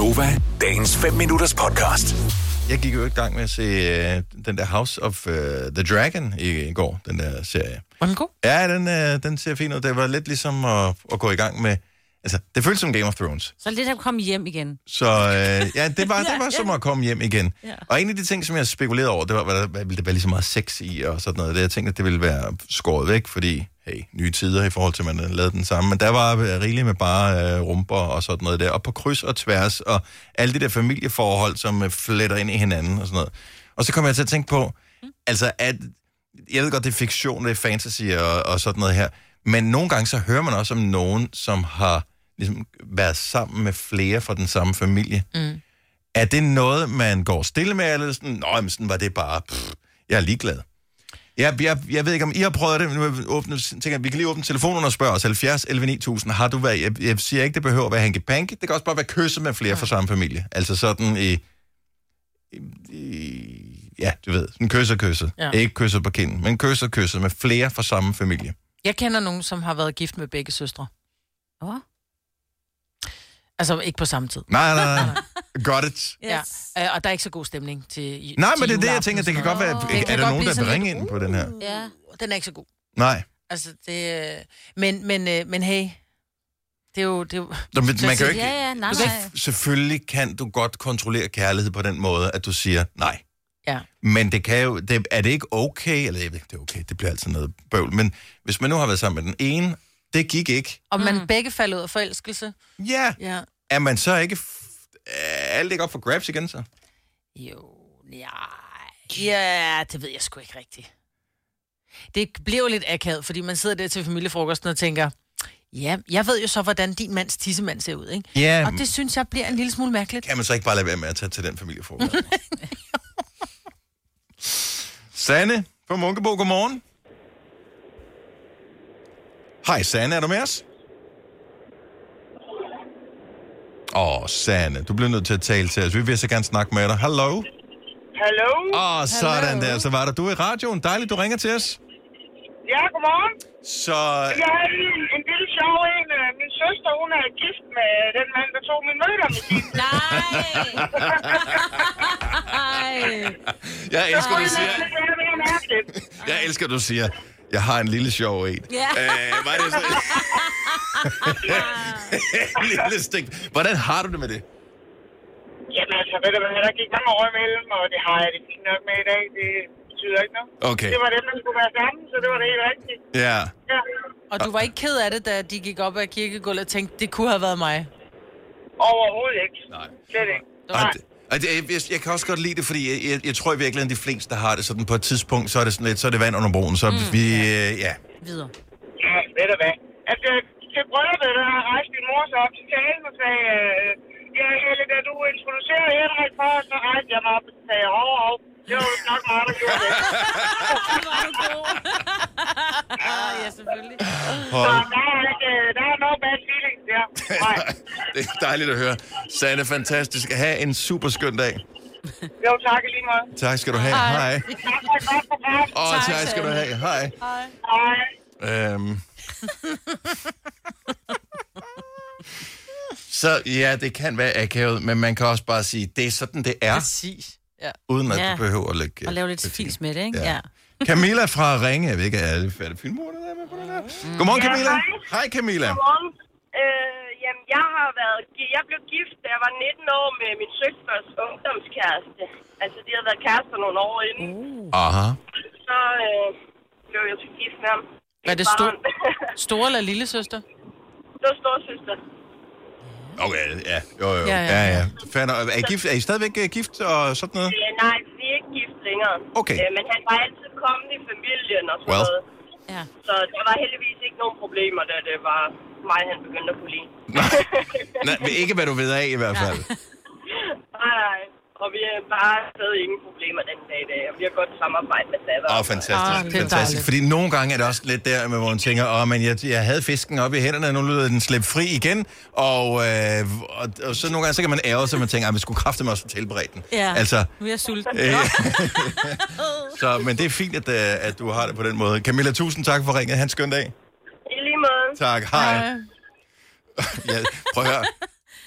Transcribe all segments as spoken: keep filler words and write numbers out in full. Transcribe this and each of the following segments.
Gonova, dagens fem minutters podcast. Jeg gik jo i gang med at se uh, den der House of uh, the Dragon i, i går, den der serie. Var den god? Ja, den, uh, den ser fin ud. Det var lidt ligesom at, at gå i gang med... Altså, det føltes som Game of Thrones. Så lidt at komme hjem igen. Så uh, ja, det var, det var som at komme hjem igen. Ja. Og en af de ting, som jeg spekulerede over, det var, hvad der hvad ville det være lige så meget sex i og sådan noget. Det, jeg tænkte, at det ville være skåret væk, fordi, hey, nye tider i forhold til, at man havde lavet den samme. Men der var rigeligt med bare uh, rumper og sådan noget der. Og på kryds og tværs, og alle de der familieforhold, som uh, fletter ind i hinanden og sådan noget. Og så kom jeg til at tænke på, mm. altså, at jeg ved godt, det er fiktion, det er fantasy og, og sådan noget her. Men nogle gange så hører man også om nogen, som har ligesom været sammen med flere fra den samme familie. Mm. Er det noget, man går stille med, eller sådan, nå, jamen, sådan var det bare, pff, jeg er ligeglad. Jeg, jeg, jeg ved ikke, om I har prøvet det, men nu åbne, tænker jeg, vi kan lige åbne telefonen og spørge os, halvfjerds elleve ni tusind, har du været, jeg, jeg siger ikke, det behøver at være hanky-panky, det kan også bare være kysset med flere ja. fra samme familie. Altså sådan i, i, i ja, du ved, sådan kysset kysset. Ja. Ikke kysset på kinden, men kysset kysset med flere fra samme familie. Jeg kender nogen, som har været gift med begge søstre. Åh? Altså, ikke på samme tid. Nej, nej, nej. Got it. Yes. Ja, øh, og der er ikke så god stemning til Nej, til men det er det, jeg tænker, det kan godt være, oh. er der nogen, der vil ringe ind på den her? Ja, den er ikke så god. Nej. Altså, det... Men, men, men hey, det er jo... Det er jo Nå, men, man kan jo ikke... Ja, ja, nej, nej. Selvfølgelig kan du godt kontrollere kærlighed på den måde, at du siger nej. Ja. Men det kan jo... Det, er det ikke okay? Eller jeg ved ikke, det er okay, det bliver altid noget bøvl. Men hvis man nu har været sammen med den ene, det gik ikke. Og man mm. begge falder ud af forelskelse. Ja. Ja. Er man så ikke... Er alt ikke op for grabs igen, så? Jo, ja... Ja, det ved jeg sgu ikke rigtigt. Det bliver jo lidt akavet, fordi man sidder der til familiefrokosten og tænker, ja, jeg ved jo så, hvordan din mands tissemand ser ud, ikke? Ja. Og det synes jeg bliver en lille smule mærkeligt. Kan man så ikke bare lade være med at tage til den familiefrokost? Sanne fra Munkebo, godmorgen. Hej, Sanne, er du med os? Åh, oh, Sanne, du bliver nødt til at tale til os. Vi vil så gerne snakke med dig. Hallo? Hallo? Åh, oh, sådan der. Så var der du i radioen. Dejligt, du ringer til os. Ja, godmorgen. Så... Jeg har en, en lille sjov en. Min søster, hun er gift med den mand, der tog min møder med sin. Nej! Jeg elsker, du siger... Jeg elsker, du siger... Jeg har en lille sjov en. Ja. Øh, var det så... en lille stik. Hvordan har du det med det? Jamen altså, ved du hvad, der gik mange år imellem, og det har jeg det fint nok med i dag. Det betyder ikke noget. Okay. Det var dem, der skulle være sammen, så det var det helt rigtigt. Ja. Ja. Og du var ikke ked af det, da de gik op ad kirkegulvet og tænkte, det kunne have været mig? Overhovedet ikke. Nej. Slet ikke. Og det, og det, jeg, jeg kan også godt lide det, fordi jeg, jeg, jeg tror i virkeligheden, de fleste, der har det sådan på et tidspunkt, så er det sådan lidt, så er det vand under broen, så mm, vi, ja. Øh, ja. Videre. Ja, ved du hvad. Altså, til brylluppet, der har rejst min mor så op til talen og sagde, øh, ja, Helle, da du introducerer Henrik for os, så rejste jeg mig op og sagde, hov, hov, det var jo nok meget, der gjorde det. Det var du god. Ja, selvfølgelig. Så der er, ikke, der er no bad feelings der. Nej. Det er dejligt at høre. Sanne, fantastisk. Ha' en super skøn dag. Jo, tak lige meget. Tak skal du have. Hej. Tak for et godt program. Åh, oh, tak skal du have. Hej. Hej. Hej. Øhm. Så ja, det kan være akavet, men man kan også bare sige, det er sådan, det er. Præcis. Ja. Uden at Ja. du behøver at lægge... Og lave lidt fils med det, ikke? Ja. Ja. Camilla fra Ringe. Jeg ved ikke, er det, er det filmmor, der er med på det der? Mm. Godmorgen, Ja, Camilla. hej. Hej, Camilla. Godmorgen. Øh, jamen, jeg har været... Jeg blev gift, da jeg var nitten år med min søsters ungdomskæreste. Altså, de havde været kærester nogle år inden. Uh. Aha. Så øh, blev jeg så gift med ham. Var det stor, store eller lille søster? Det var storsøster. Okay, ja. Jo, jo. Ja, Ja, ja. ja. ja. Er, I gift, er I stadigvæk uh, gift og sådan noget? Øh, nej, vi er ikke gift længere. Okay. Øh, men han var altid kommet i familien og sådan Well. noget. Ja. Så der var heldigvis ikke nogen problemer, da det var mig, han begyndte at kunne lide. Nej, ikke hvad du ved af i hvert fald. Nej, nej. Og vi har bare stadig ingen problemer den dag i dag, og vi har godt samarbejde med datter. Åh, oh, fantastisk. Ah, det er fantastisk. dejligt. Fordi nogle gange er det også lidt der, med, hvor man tænker, åh, oh, men jeg, jeg havde fisken op i hænderne, og nu lyder den slippe fri igen. Og, øh, og, og så nogle gange, så kan man ærge sig, man tænker, at vi skulle kræfte mig også tilberede den. Ja, Altså, nu er jeg sulten. øh, så, men det er fint, at, øh, at du har det på den måde. Camilla, tusind tak for ringet. Hans skøn dag. I lige måde. Tak. Hej. Ja, prøv at høre.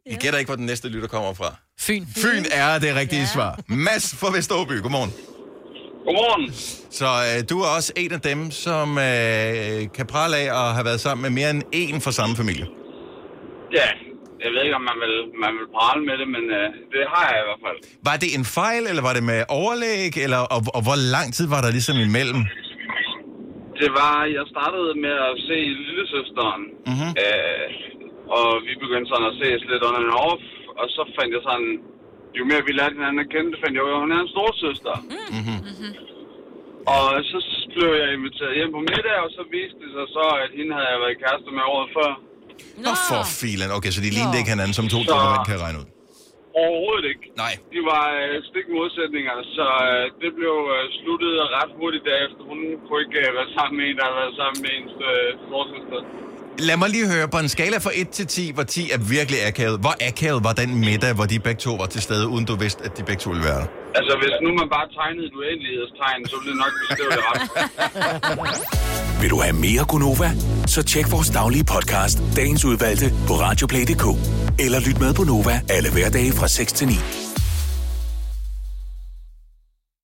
I gætter ikke, hvor den næste lytter kommer fra. Fyn. Fyn er det rigtige ja. svar. Mads fra Vesteråby, godmorgen. Godmorgen. Så øh, du er også en af dem, som øh, kan prale af at have været sammen med mere end én fra samme familie. Ja, jeg ved ikke, om man vil, man vil prale med det, men øh, det har jeg i hvert fald. Var det en fejl, eller var det med overlæg, eller, og, og hvor lang tid var der ligesom imellem? Det var, jeg startede med at se lillesøsteren, mm-hmm. øh, og vi begyndte sådan at ses lidt on and off, og så fandt jeg sådan, jo mere vi lærte hinanden at kende, det fandt jeg jo, hun er en storsøster. Mm-hmm. Og så blev jeg inviteret hjem på middag, og så viste det sig så, at hende havde jeg været kæreste med året før. Nå, for filen. Okay, så de lignede ikke hinanden, som to så... drømme, man kan regne ud. Overhovedet ikke. Nej. De var øh, stik modsætninger, så øh, det blev øh, sluttet ret hurtigt derefter. Hun kunne ikke øh, være sammen med en, der havde været sammen med ens øh, storsøster. Lad mig lige høre, på en skala fra et til ti, hvor ti er virkelig akavet. Hvor akavet var den middag, hvor de begge to var til stede, uden du vidste, at de begge to ville være der? Altså, hvis nu man bare tegnede et uendelighedstegn, så ville det nok beskrive det ret. Vil du have mere Gunova? Så tjek vores daglige podcast, dagens udvalgte, på radioplay punktum d k. Eller lyt med på Nova alle hverdage fra seks til ni.